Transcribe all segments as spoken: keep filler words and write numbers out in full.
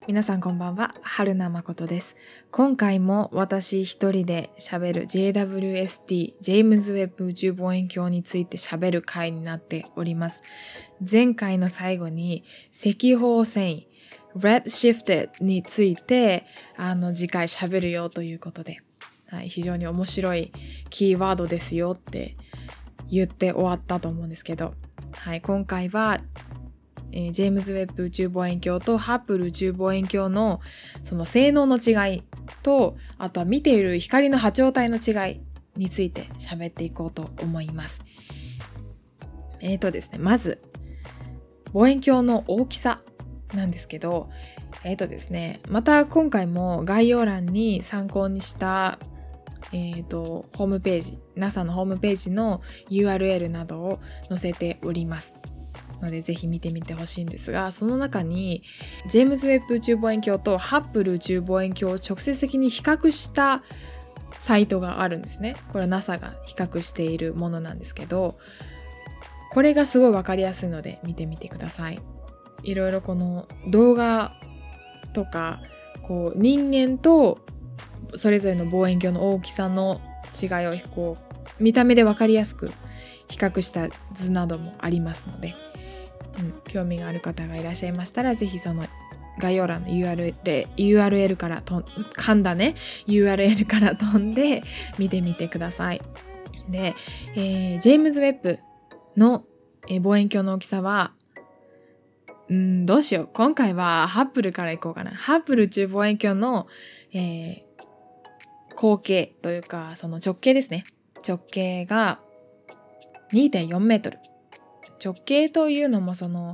皆さんこんばんは、春名誠です。今回も私一人で喋る ジェイダブリューエスティー ジェームズウェッブ宇宙望遠鏡について喋る回になっております。前回の最後に赤方繊維 Redshifted についてあの次回喋るよということで、はい、非常に面白いキーワードですよって言って終わったと思うんですけど、はい、今回はえー、ジェームズウェッブ宇宙望遠鏡とハッブル宇宙望遠鏡のその性能の違いと、あとは見ている光の波長帯の違いについて喋っていこうと思います。えーとですね、まず望遠鏡の大きさなんですけど、えーとですね、また今回も概要欄に参考にしたえーとホームページ、ナサ のホームページの ユーアールエル などを載せておりますのでぜひ見てみてほしいんですが、その中にジェームズウェッブ宇宙望遠鏡とハッブル宇宙望遠鏡を直接的に比較したサイトがあるんですね。これは ナサ が比較しているものなんですけど、これがすごいわかりやすいので見てみてください。いろいろこの動画とかこう人間とそれぞれの望遠鏡の大きさの違いをこう見た目でわかりやすく比較した図などもありますので、うん、興味がある方がいらっしゃいましたらぜひその概要欄の ユーアールエル, ユーアールエル からと噛んだね ユーアールエル から飛んで見てみてください。で、えー、ジェームズウェッブの、えー、望遠鏡の大きさはんどうしよう今回はハッブルからいこうかな。ハッブル宇宙望遠鏡の、えー、口径というかその直径ですね。直径が にてんよんメートル。直径というのもその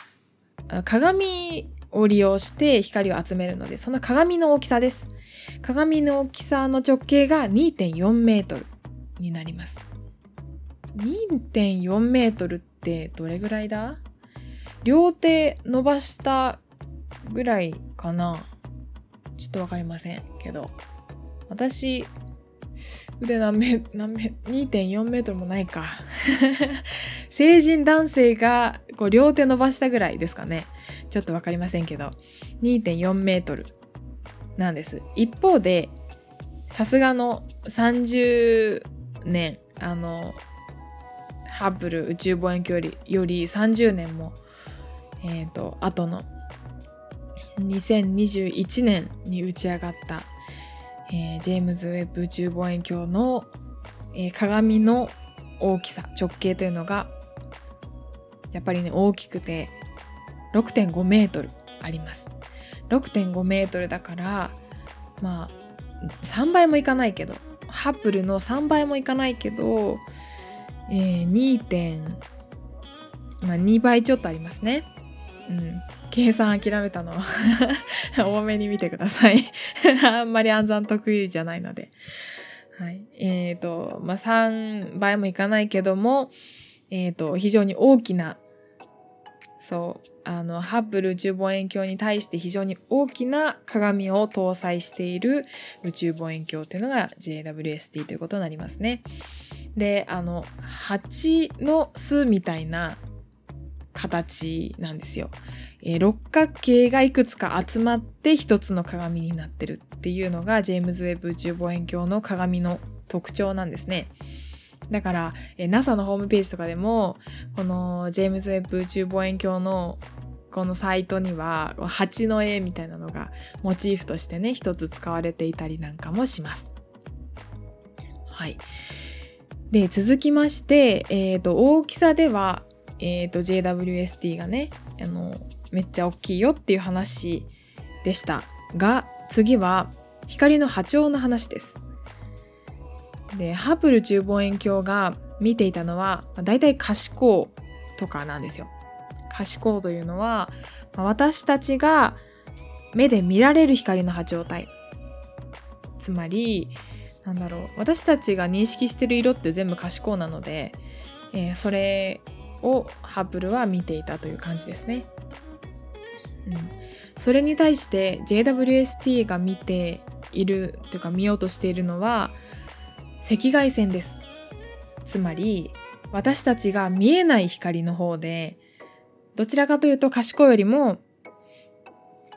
鏡を利用して光を集めるので、その鏡の大きさです。鏡の大きさの直径が にてんよんメートルになります。にてんよんメートルってどれぐらいだ？両手伸ばしたぐらいかな？ちょっとわかりませんけど、私腕何メ何メ にてんよんメートルもないか成人男性がこう両手伸ばしたぐらいですかね。ちょっとわかりませんけど にてんよんメートルなんです。一方でさすがのさんじゅうねんあのハッブル宇宙望遠鏡よりよりさんじゅうねんもえっと後のにせんにじゅういちねんに打ち上がったえー、ジェームズウェッブ宇宙望遠鏡の、えー、鏡の大きさ直径というのがやっぱりね大きくて ろくてんごメートルあります。ろくてんごメートルだからまあさんばいもいかないけどハッブルのさんばいもいかないけど、えー、にてん、まあ、にばいちょっとありますね。うん計算諦めたのは多めに見てくださいあんまり暗算得意じゃないので、はい、えっとまあさんばいもいかないけども、えっと非常に大きなそうあのハッブル宇宙望遠鏡に対して非常に大きな鏡を搭載している宇宙望遠鏡というのが ジェイダブリューエスティー ということになりますね。で、あの蜂の巣みたいな形なんですよ。えー、六角形がいくつか集まって一つの鏡になってるっていうのがジェームズウェッブ宇宙望遠鏡の鏡の特徴なんですね。だから、えー、ナサ のホームページとかでもこのジェームズウェッブ宇宙望遠鏡のこのサイトには蜂の絵みたいなのがモチーフとしてね一つ使われていたりなんかもします。はい。で続きまして、えーと、大きさではえーと ジェイダブリューエスティー がねあのめっちゃ大きいよっていう話でしたが、次は光の波長の話です。でハッブル宇宙望遠鏡が見ていたのはだいたい可視光とかなんですよ。可視光というのは私たちが目で見られる光の波長帯、つまりなんだろう私たちが認識している色って全部可視光なので、えー、それをハッブルは見ていたという感じですね。うん、それに対して ジェイダブリューエスティー が見ているというか見ようとしているのは赤外線です。つまり私たちが見えない光の方で、どちらかというと可視光よりも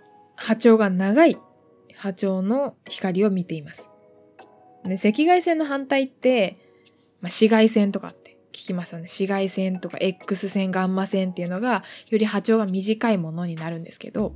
波長が長い波長の光を見ています。で、赤外線の反対って、まあ、紫外線とかって聞きますよね。紫外線とか X 線、ガンマ線っていうのがより波長が短いものになるんですけど、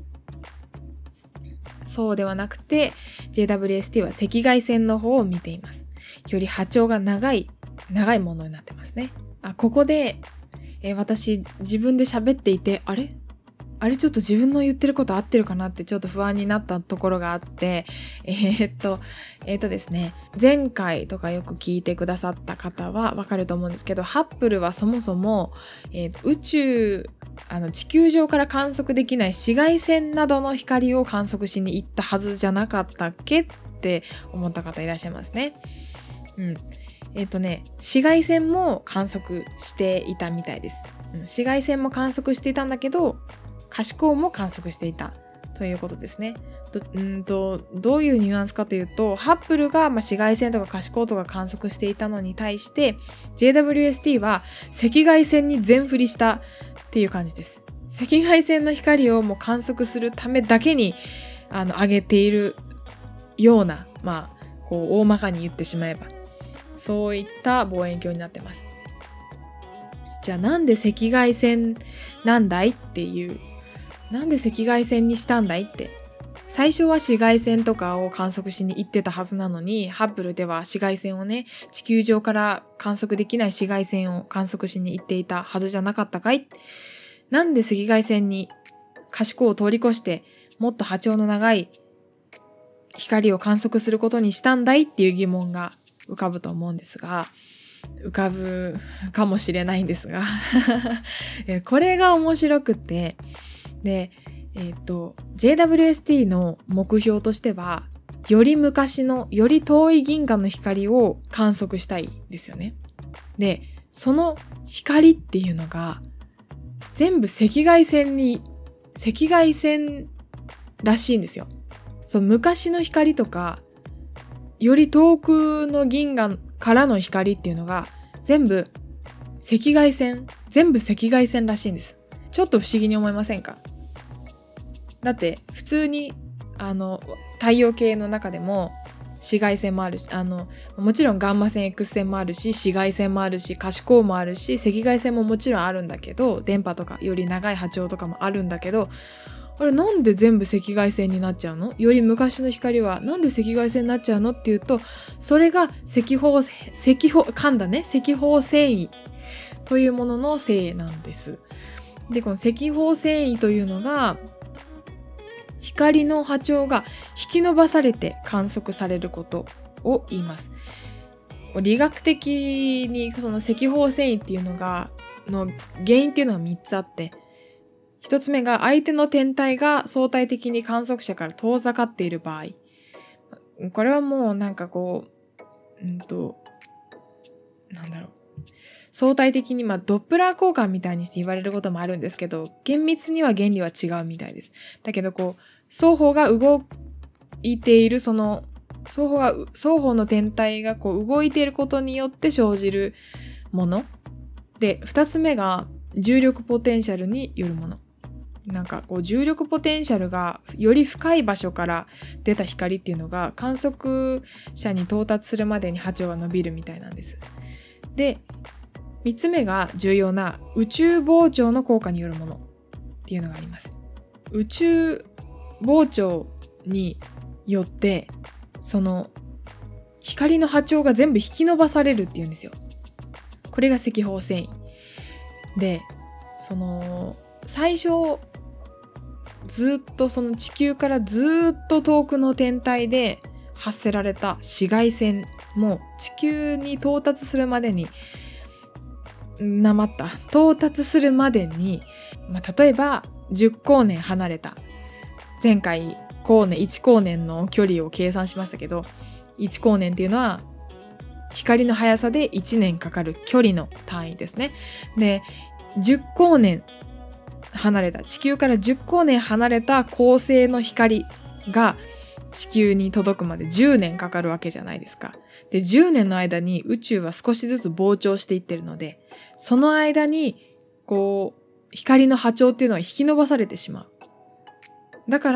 そうではなくて ジェイダブリューエスティー は赤外線の方を見ています。より波長が長い長いものになってますね。あ、ここで、えー、私自分で喋っていて、あれあれちょっと自分の言ってること合ってるかなってちょっと不安になったところがあって、えー、っと、えー、っとですね、前回とかよく聞いてくださった方はわかると思うんですけど、ハッブルはそもそも、えー、宇宙、あの地球上から観測できない紫外線などの光を観測しに行ったはずじゃなかったっけって思った方いらっしゃいますね。うん。えっとね、紫外線も観測していたみたいです。うん、紫外線も観測していたんだけど、可視光も観測していたということですね。ど, うんとどういうニュアンスかというと、ハッブルがまあ紫外線とか可視光とか観測していたのに対して ジェイダブリューエスティー は赤外線に全振りしたっていう感じです。赤外線の光をもう観測するためだけにあの上げているような、まあこう大まかに言ってしまえばそういった望遠鏡になってます。じゃあなんで赤外線なんだいっていう、なんで赤外線にしたんだいって、最初は紫外線とかを観測しに行ってたはずなのに、ハッブルでは紫外線をね、地球上から観測できない紫外線を観測しに行っていたはずじゃなかったかい？なんで赤外線に可視光を通り越してもっと波長の長い光を観測することにしたんだいっていう疑問が浮かぶと思うんですが、浮かぶかもしれないんですがこれが面白くて、で、えっと ジェイダブリューエスティー の目標としては、より昔のより遠い銀河の光を観測したいですよね。で、その光っていうのが全部赤外線に赤外線らしいんですよ。そう、昔の光とかより遠くの銀河からの光っていうのが全部赤外線、全部赤外線らしいんです。ちょっと不思議に思いませんか？だって普通にあの太陽系の中でも紫外線もあるし、あのもちろんガンマ線 X 線もあるし、紫外線もあるし、可視光もあるし、赤外線ももちろんあるんだけど、電波とかより長い波長とかもあるんだけど、あれなんで全部赤外線になっちゃうの？より昔の光はなんで赤外線になっちゃうのっていうと、それが赤方赤方噛んだね赤方繊維というもののせいなんです。で、この赤方繊維というのが光の波長が引き伸ばされて観測されることを言います。理学的にその赤方繊維っていうのがの原因っていうのがみっつあって、一つ目が相手の天体が相対的に観測者から遠ざかっている場合。これはもうなんかこう、うんと、なんだろう。相対的に、まあ、ドップラー交換みたいにして言われることもあるんですけど、厳密には原理は違うみたいです。だけどこう、双方が動いている、その、双方が、双方の天体がこう動いていることによって生じるもの。で、二つ目が重力ポテンシャルによるもの。なんかこう重力ポテンシャルがより深い場所から出た光っていうのが観測者に到達するまでに波長が伸びるみたいなんです。で、三つ目が重要な宇宙膨張の効果によるものっていうのがあります。宇宙膨張によってその光の波長が全部引き伸ばされるっていうんですよ。これが赤方繊維で、その最初ずっとその地球からずっと遠くの天体で発せられた紫外線も地球に到達するまでになまった到達するまでに、まあ、例えばじゅっこうねん離れた、前回光年いちこうねんの距離を計算しましたけど、いちこうねんっていうのは光の速さでいちねんかかる距離の単位ですね。で、じゅっこうねん離れた、地球からじゅっこうねん離れた恒星の光が地球に届くまでじゅうねんかかるわけじゃないですか。で、じゅうねんの間に宇宙は少しずつ膨張していってるので、その間にこう光の波長っていうのは引き伸ばされてしまう。だから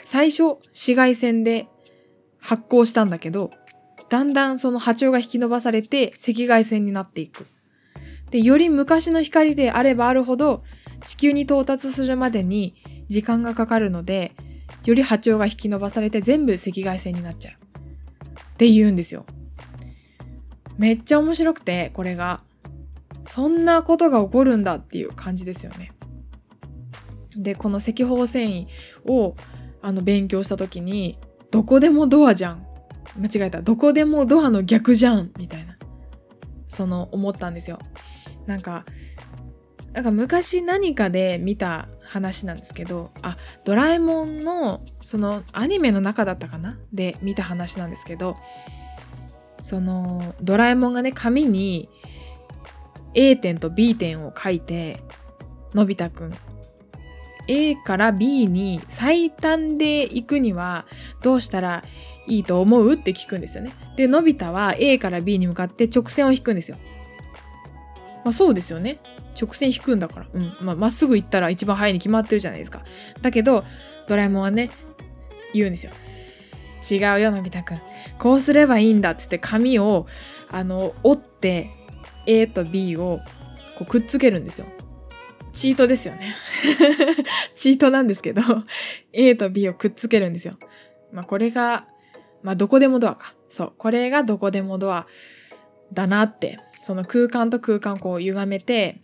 最初紫外線で発光したんだけど、だんだんその波長が引き伸ばされて赤外線になっていく。で、より昔の光であればあるほど地球に到達するまでに時間がかかるので、より波長が引き伸ばされて全部赤外線になっちゃうって言うんですよ。めっちゃ面白くて、これがそんなことが起こるんだっていう感じですよね。で、この赤方繊維をあの勉強した時に、どこでもドアじゃん、間違えた、どこでもドアの逆じゃんみたいな、その思ったんですよ。なんかなんか昔何かで見た話なんですけど、あ、ドラえもんのそのアニメの中だったかなで見た話なんですけど、そのドラえもんがね、紙に A 点と B 点を書いて、のび太くん A から B に最短で行くにはどうしたらいいと思うって聞くんですよね。で、のび太は A から B に向かって直線を引くんですよ。まあそうですよね。直線引くんだから。うん。まあまっすぐ行ったら一番早いに決まってるじゃないですか。だけど、ドラえもんはね、言うんですよ。違うよ、のび太くん。こうすればいいんだっつって紙を、あの、折って、A と B をこうくっつけるんですよ。チートですよね。チートなんですけど、A と B をくっつけるんですよ。まあこれが、まあどこでもドアか。そう。これがどこでもドアだなって。その空間と空間をこう歪めて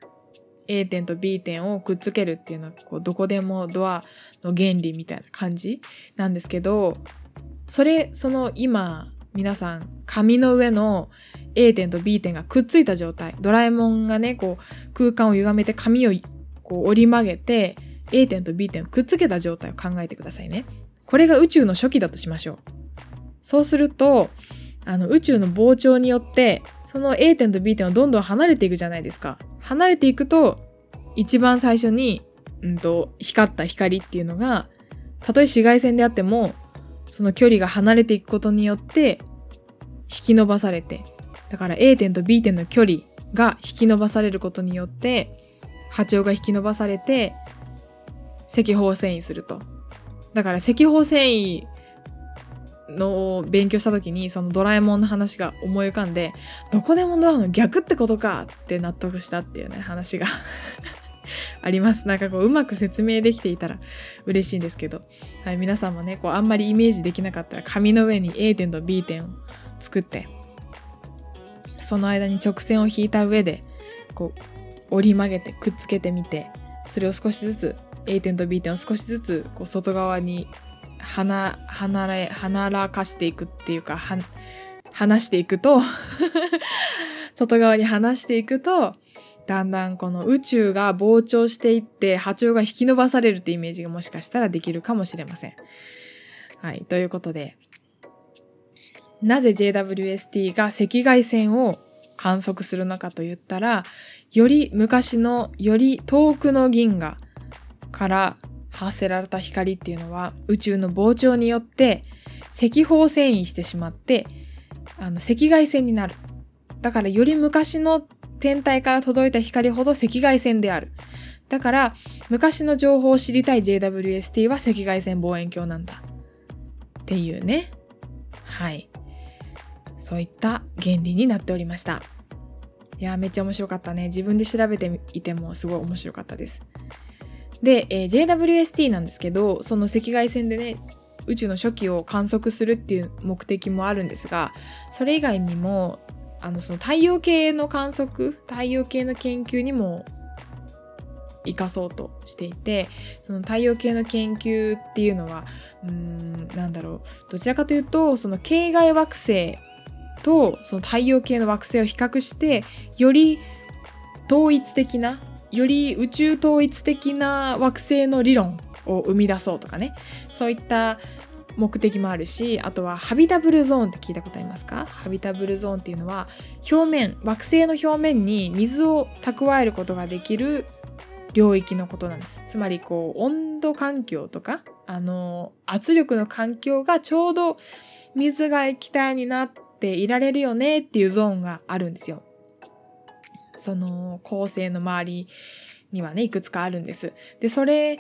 A 点と B 点をくっつけるっていうのはこうどこでもドアの原理みたいな感じなんですけど、それその今皆さん紙の上の A 点と B 点がくっついた状態、ドラえもんがねこう空間を歪めて紙をこう折り曲げて A 点と B 点をくっつけた状態を考えてくださいね。これが宇宙の初期だとしましょう。そうするとあの宇宙の膨張によってその A 点と B 点はどんどん離れていくじゃないですか。離れていくと一番最初に、うんと、光った光っていうのがたとえ紫外線であってもその距離が離れていくことによって引き伸ばされて、だから A 点と B 点の距離が引き伸ばされることによって波長が引き伸ばされて赤方繊維すると。だから赤方繊維の勉強した時にそのドラえもんの話が思い浮かんで、どこでもドアの逆ってことかって納得したっていうね話があります。なんかこううまく説明できていたら嬉しいんですけど、はい、皆さんもねこうあんまりイメージできなかったら紙の上に A 点と B 点を作ってその間に直線を引いた上でこう折り曲げてくっつけてみて、それを少しずつ A 点と B 点を少しずつこう外側に離離れ離らかしていくっていうかは離していくと外側に離していくとだんだんこの宇宙が膨張していって波長が引き伸ばされるってイメージがもしかしたらできるかもしれません。はい、ということでなぜ ジェイダブリューエスティー が赤外線を観測するのかと言ったら、より昔のより遠くの銀河から発せられた光っていうのは宇宙の膨張によって赤方繊維してしまってあの赤外線になる。だからより昔の天体から届いた光ほど赤外線である。だから昔の情報を知りたい ジェイダブリューエスティー は赤外線望遠鏡なんだっていうね。はい。そういった原理になっておりました。いやめっちゃ面白かったね。自分で調べていてもすごい面白かったです。で、えー、ジェイダブリューエスティー なんですけど、その赤外線でね宇宙の初期を観測するっていう目的もあるんですが、それ以外にもあのその太陽系の観測、太陽系の研究にも生かそうとしていて、その太陽系の研究っていうのはうーんなんだろうどちらかというとその系外惑星とその太陽系の惑星を比較してより統一的なより宇宙統一的な惑星の理論を生み出そうとかね、そういった目的もあるし、あとはハビタブルゾーンって聞いたことありますか？ハビタブルゾーンっていうのは表面惑星の表面に水を蓄えることができる領域のことなんです。つまりこう温度環境とかあの圧力の環境がちょうど水が液体になっていられるよねっていうゾーンがあるんですよ。その恒星の周りにはねいくつかあるんです。でそれ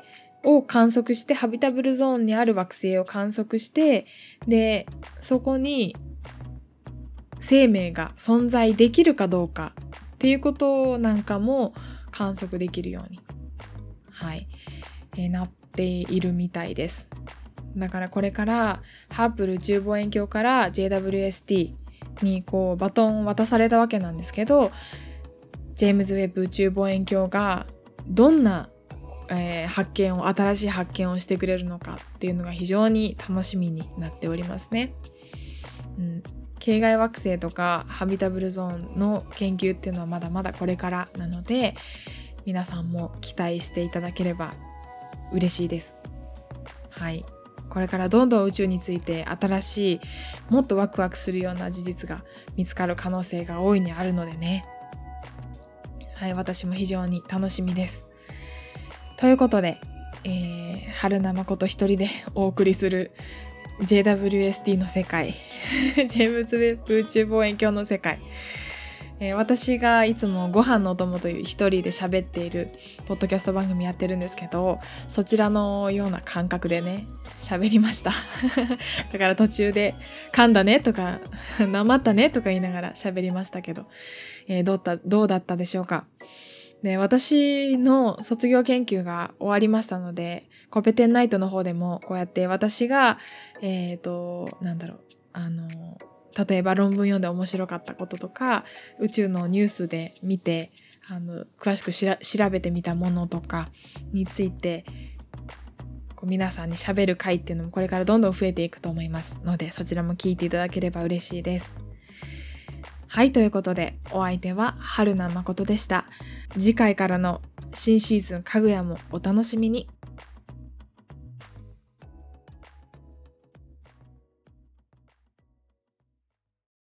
を観測して、ハビタブルゾーンにある惑星を観測して、でそこに生命が存在できるかどうかっていうことなんかも観測できるように、はい、えー、なっているみたいです。だからこれからハッブル宇宙望遠鏡から ジェイダブリューエスティー にこうバトンを渡されたわけなんですけど、ジェームズ・ウェッブ宇宙望遠鏡がどんな、えー、発見を新しい発見をしてくれるのかっていうのが非常に楽しみになっておりますね。うん、系外惑星とかハビタブルゾーンの研究っていうのはまだまだこれからなので、皆さんも期待していただければ嬉しいです。はい、これからどんどん宇宙について新しい、もっとワクワクするような事実が見つかる可能性が大いにあるのでね。はい、私も非常に楽しみです。ということで、えー、春名誠一人でお送りする ジェイダブリューエスティー の世界ジェームズ・ウェッブ宇宙望遠鏡の世界、えー、私がいつもご飯のお供という一人で喋っているポッドキャスト番組やってるんですけど、そちらのような感覚でね喋りましただから途中で噛んだねとかなまったねとか言いながら喋りましたけど、えー、どうだ、どうだったでしょうか。で、私の卒業研究が終わりましたので、コペテンナイトの方でもこうやって私がえっとなんだろうあの例えば論文読んで面白かったこととか、宇宙のニュースで見てあの詳しくしら調べてみたものとかについてこう皆さんに喋る回っていうのもこれからどんどん増えていくと思いますので、そちらも聞いていただければ嬉しいです。はい、ということでお相手は春名誠でした。次回からの新シーズンかぐやもお楽しみに。